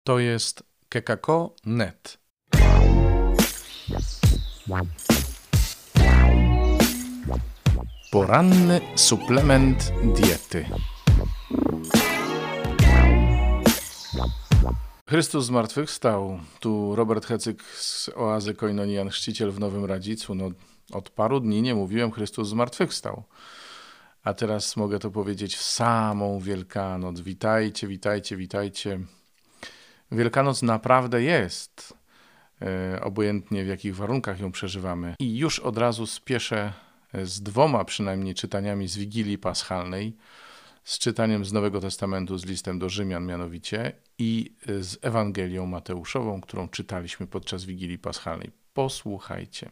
To jest kekako.net. Poranny suplement diety. Chrystus zmartwychwstał. Tu Robert Hecyk z Oazy Koinonian, chrzciciel w Nowym Radzicu. Od paru dni nie mówiłem Chrystus zmartwychwstał. A teraz mogę to powiedzieć w samą Wielkanoc. Witajcie, witajcie, witajcie. Wielkanoc naprawdę jest, obojętnie w jakich warunkach ją przeżywamy. I już od razu spieszę z dwoma przynajmniej czytaniami z Wigilii Paschalnej, z czytaniem z Nowego Testamentu, z listem do Rzymian mianowicie i z Ewangelią Mateuszową, którą czytaliśmy podczas Wigilii Paschalnej. Posłuchajcie.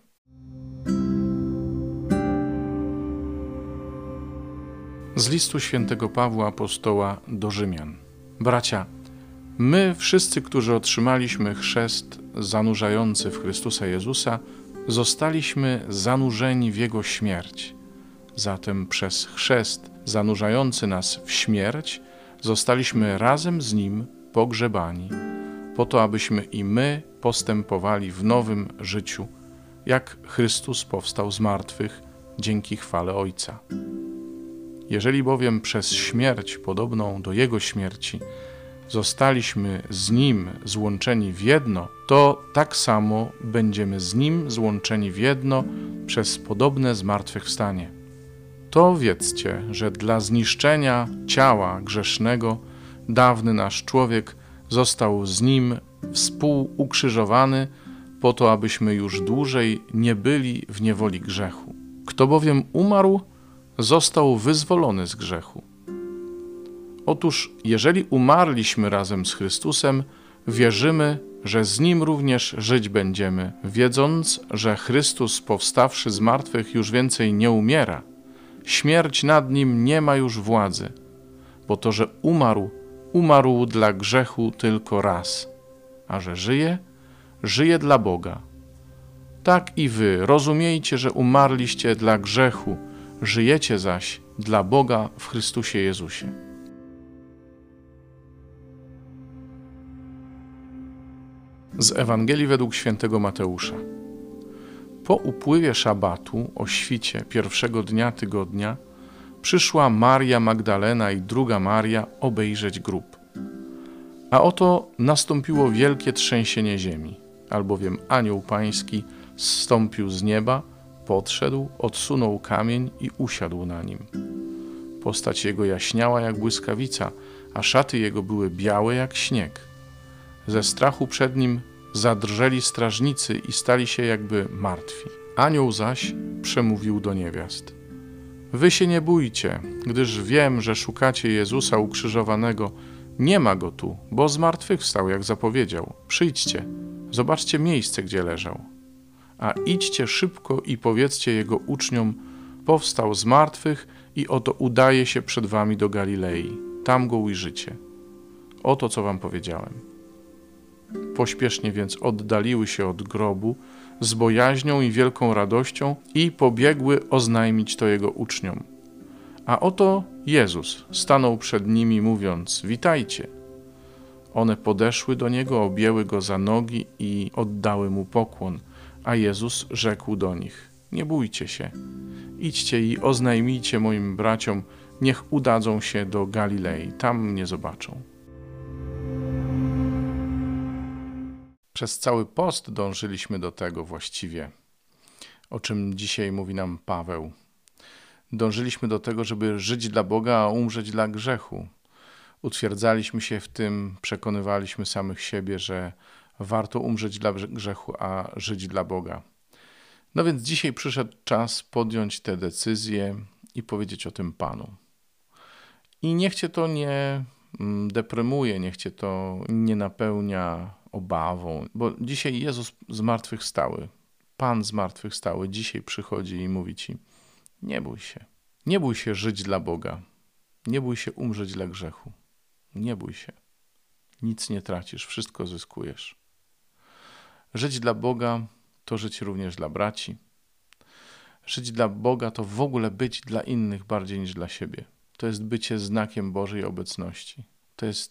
Z listu świętego Pawła Apostoła do Rzymian. Bracia, my wszyscy, którzy otrzymaliśmy chrzest zanurzający w Chrystusa Jezusa, zostaliśmy zanurzeni w Jego śmierć. Zatem przez chrzest zanurzający nas w śmierć zostaliśmy razem z Nim pogrzebani, po to, abyśmy i my postępowali w nowym życiu, jak Chrystus powstał z martwych dzięki chwale Ojca. Jeżeli bowiem przez śmierć podobną do Jego śmierci zostaliśmy z Nim złączeni w jedno, to tak samo będziemy z Nim złączeni w jedno przez podobne zmartwychwstanie. To wiedzcie, że dla zniszczenia ciała grzesznego dawny nasz człowiek został z Nim współukrzyżowany, po to, abyśmy już dłużej nie byli w niewoli grzechu. Kto bowiem umarł, został wyzwolony z grzechu. Otóż, jeżeli umarliśmy razem z Chrystusem, wierzymy, że z Nim również żyć będziemy, wiedząc, że Chrystus powstawszy z martwych już więcej nie umiera. Śmierć nad Nim nie ma już władzy, bo to, że umarł dla grzechu tylko raz, a że żyje dla Boga. Tak i wy rozumiejcie, że umarliście dla grzechu, żyjecie zaś dla Boga w Chrystusie Jezusie. Z Ewangelii według świętego Mateusza. Po upływie szabatu o świcie pierwszego dnia tygodnia przyszła Maria Magdalena i druga Maria obejrzeć grób. A oto nastąpiło wielkie trzęsienie ziemi, albowiem anioł pański zstąpił z nieba, podszedł, odsunął kamień i usiadł na nim. Postać jego jaśniała jak błyskawica, a szaty jego były białe jak śnieg. Ze strachu przed nim zadrżeli strażnicy i stali się jakby martwi. Anioł zaś przemówił do niewiast. Wy się nie bójcie, gdyż wiem, że szukacie Jezusa ukrzyżowanego. Nie ma Go tu, bo zmartwychwstał, jak zapowiedział. Przyjdźcie, zobaczcie miejsce, gdzie leżał. A idźcie szybko i powiedzcie Jego uczniom, powstał z martwych i oto udaje się przed wami do Galilei. Tam Go ujrzycie. Oto, co wam powiedziałem. Pośpiesznie więc oddaliły się od grobu z bojaźnią i wielką radością i pobiegły oznajmić to Jego uczniom. A oto Jezus stanął przed nimi, mówiąc: witajcie. One podeszły do Niego, objęły Go za nogi i oddały Mu pokłon. A Jezus rzekł do nich: nie bójcie się, idźcie i oznajmijcie moim braciom, niech udadzą się do Galilei, tam mnie zobaczą. Przez cały post dążyliśmy do tego właściwie, o czym dzisiaj mówi nam Paweł. Dążyliśmy do tego, żeby żyć dla Boga, a umrzeć dla grzechu. Utwierdzaliśmy się w tym, przekonywaliśmy samych siebie, że warto umrzeć dla grzechu, a żyć dla Boga. No więc dzisiaj przyszedł czas podjąć tę decyzję i powiedzieć o tym Panu. I niech cię to nie deprymuje, niech cię to nie napełnia obawą, bo dzisiaj Jezus zmartwychwstały, Pan zmartwychwstały, dzisiaj przychodzi i mówi ci: nie bój się. Nie bój się żyć dla Boga. Nie bój się umrzeć dla grzechu. Nie bój się. Nic nie tracisz, wszystko zyskujesz. Żyć dla Boga to żyć również dla braci. Żyć dla Boga to w ogóle być dla innych bardziej niż dla siebie. To jest bycie znakiem Bożej obecności. To jest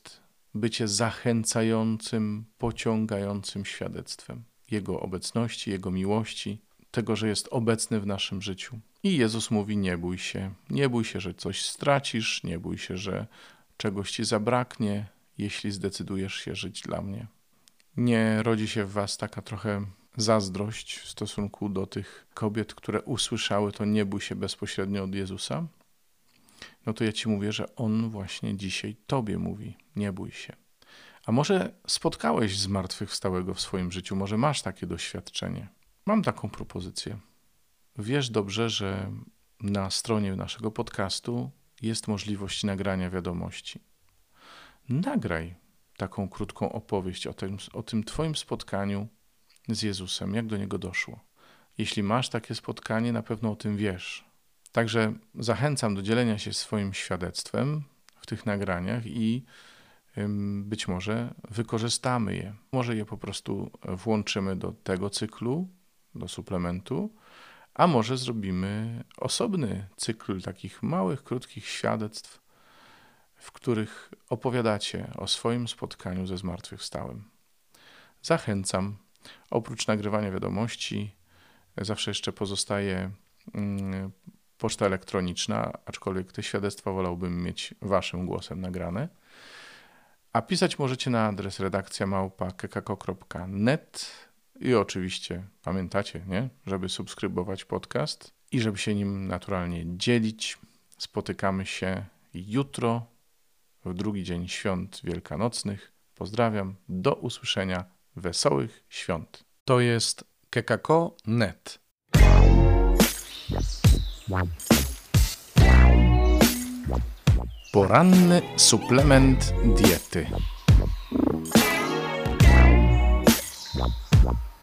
bycie zachęcającym, pociągającym świadectwem Jego obecności, Jego miłości, tego, że jest obecny w naszym życiu. I Jezus mówi: nie bój się, że coś stracisz, nie bój się, że czegoś ci zabraknie, jeśli zdecydujesz się żyć dla mnie. Nie rodzi się w was taka trochę zazdrość w stosunku do tych kobiet, które usłyszały to nie bój się bezpośrednio od Jezusa? No to ja ci mówię, że On właśnie dzisiaj tobie mówi: nie bój się. A może spotkałeś zmartwychwstałego w swoim życiu, może masz takie doświadczenie. Mam taką propozycję. Wiesz dobrze, że na stronie naszego podcastu jest możliwość nagrania wiadomości. Nagraj taką krótką opowieść o tym twoim spotkaniu z Jezusem, jak do Niego doszło. Jeśli masz takie spotkanie, na pewno o tym wiesz. Także zachęcam do dzielenia się swoim świadectwem w tych nagraniach i być może wykorzystamy je. Może je po prostu włączymy do tego cyklu, do suplementu, a może zrobimy osobny cykl takich małych, krótkich świadectw, w których opowiadacie o swoim spotkaniu ze zmartwychwstałym. Zachęcam. Oprócz nagrywania wiadomości zawsze jeszcze pozostaje poczta elektroniczna, aczkolwiek te świadectwa wolałbym mieć waszym głosem nagrane. A pisać możecie na adres redakcja@kekako.net i oczywiście pamiętacie, nie? Żeby subskrybować podcast i żeby się nim naturalnie dzielić. Spotykamy się jutro w drugi dzień świąt wielkanocnych. Pozdrawiam, do usłyszenia, wesołych świąt. To jest kekako.net. Poranny suplement diety.